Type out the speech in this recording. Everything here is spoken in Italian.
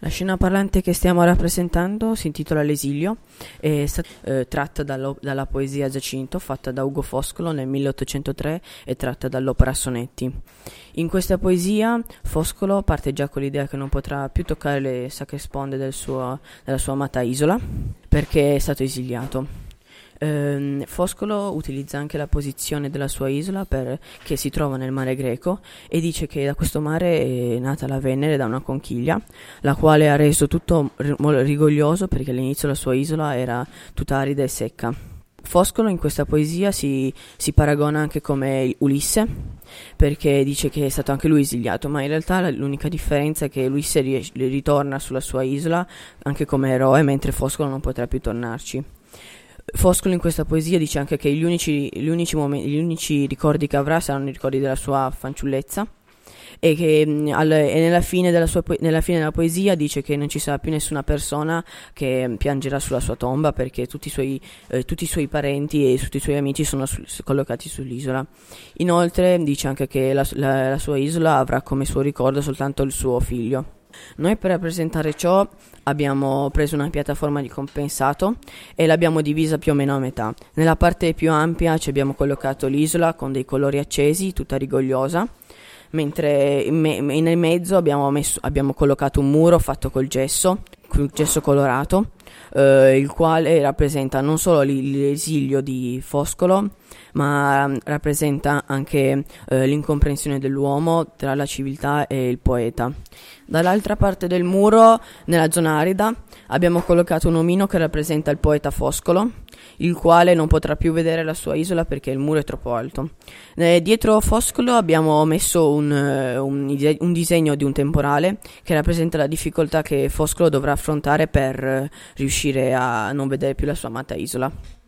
La scena parlante che stiamo rappresentando si intitola L'Esilio, è stata tratta dalla poesia Giacinto fatta da Ugo Foscolo nel 1803 e tratta dall'opera Sonetti. In questa poesia Foscolo parte già con l'idea che non potrà più toccare le sacre sponde della sua amata isola perché è stato esiliato. Foscolo utilizza anche la posizione della sua isola che si trova nel mare Greco e dice che da questo mare è nata la Venere da una conchiglia, la quale ha reso tutto rigoglioso perché all'inizio la sua isola era tutta arida e secca. Foscolo in questa poesia si paragona anche come Ulisse, perché dice che è stato anche lui esiliato, ma in realtà l'unica differenza è che Ulisse ritorna sulla sua isola anche come eroe, mentre Foscolo non potrà più tornarci. Foscolo in questa poesia dice anche che gli unici ricordi che avrà saranno i ricordi della sua fanciullezza e che nella fine della poesia dice che non ci sarà più nessuna persona che piangerà sulla sua tomba perché tutti i suoi parenti e tutti i suoi amici sono collocati sull'isola. Inoltre dice anche che la sua isola avrà come suo ricordo soltanto il suo figlio. Noi per rappresentare ciò abbiamo preso una piattaforma di compensato e l'abbiamo divisa più o meno a metà. Nella parte più ampia ci abbiamo collocato l'isola con dei colori accesi, tutta rigogliosa, mentre nel mezzo abbiamo collocato un muro fatto col gesso colorato, il quale rappresenta non solo l'esilio di Foscolo, ma rappresenta anche l'incomprensione dell'uomo tra la civiltà e il poeta. Dall'altra parte del muro, nella zona arida, abbiamo collocato un omino che rappresenta il poeta Foscolo, il quale non potrà più vedere la sua isola perché il muro è troppo alto. Dietro Foscolo abbiamo messo un disegno di un temporale che rappresenta la difficoltà che Foscolo dovrà affrontare per riuscire a non vedere più la sua amata isola.